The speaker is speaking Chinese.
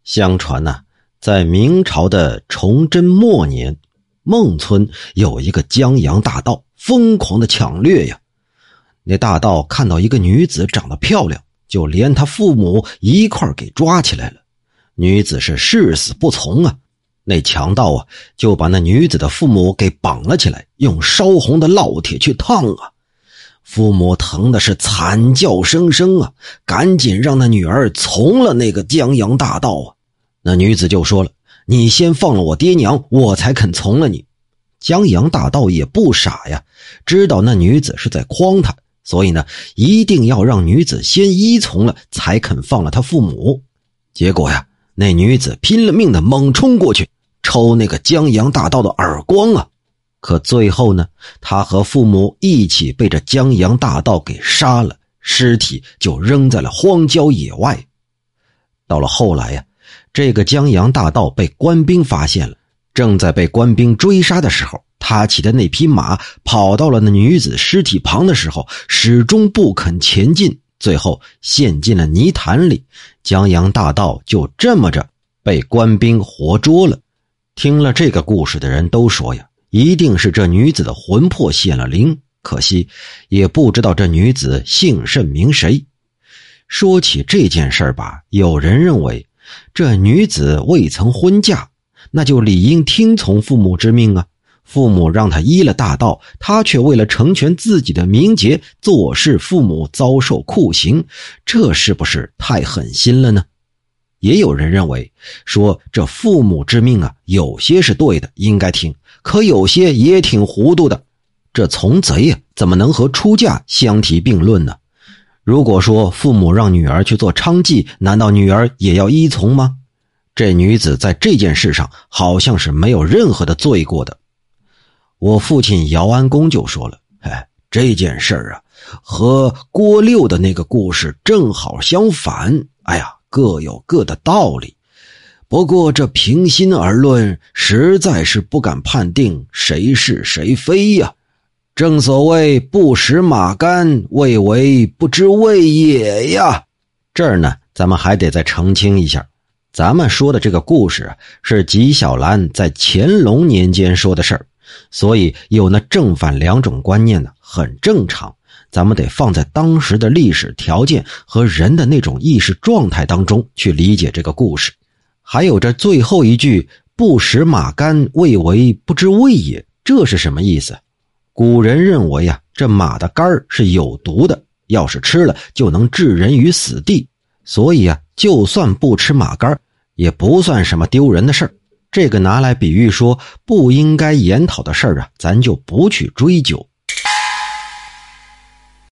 相传在明朝的崇祯末年，孟村有一个江洋大盗疯狂的抢掠呀。那大盗看到一个女子长得漂亮，就连他父母一块给抓起来了。女子是誓死不从啊。那强盗就把那女子的父母给绑了起来，用烧红的烙铁去烫啊。父母疼的是惨叫声声啊，赶紧让那女儿从了那个江洋大盗啊。那女子就说了，你先放了我爹娘，我才肯从了你。江洋大盗也不傻呀，知道那女子是在诓他，所以一定要让女子先依从了，才肯放了他父母。结果那女子拼了命的猛冲过去，抽那个江洋大盗的耳光啊。可最后他和父母一起被这江洋大盗给杀了，尸体就扔在了荒郊野外。到了后来这个江洋大盗被官兵发现了，正在被官兵追杀的时候，他骑的那匹马跑到了那女子尸体旁的时候，始终不肯前进，最后陷进了泥潭里。江洋大盗就这么着被官兵活捉了。听了这个故事的人都说一定是这女子的魂魄显了灵，可惜也不知道这女子姓甚名谁。说起这件事吧，有人认为这女子未曾婚嫁，那就理应听从父母之命啊。父母让她依了大盗，她却为了成全自己的名节，坐视父母遭受酷刑，这是不是太狠心了呢？也有人认为说这父母之命有些是对的，应该听，可有些也挺糊涂的。这从贼怎么能和出嫁相提并论呢？如果说父母让女儿去做娼妓，难道女儿也要依从吗？这女子在这件事上好像是没有任何的罪过的。我父亲姚安公就说了，这件事和郭六的那个故事正好相反，各有各的道理。不过这平心而论，实在是不敢判定谁是谁非呀。正所谓不识马肝，未为不知味也呀。这儿咱们还得再澄清一下，咱们说的这个故事是纪晓岚在乾隆年间说的事儿，所以有那正反两种观念很正常。咱们得放在当时的历史条件和人的那种意识状态当中去理解这个故事。还有这最后一句不识马肝，未为不知味也，这是什么意思？古人认为这马的肝是有毒的，要是吃了就能置人于死地，所以就算不吃马肝也不算什么丢人的事儿。这个拿来比喻说不应该研讨的事儿咱就不去追究。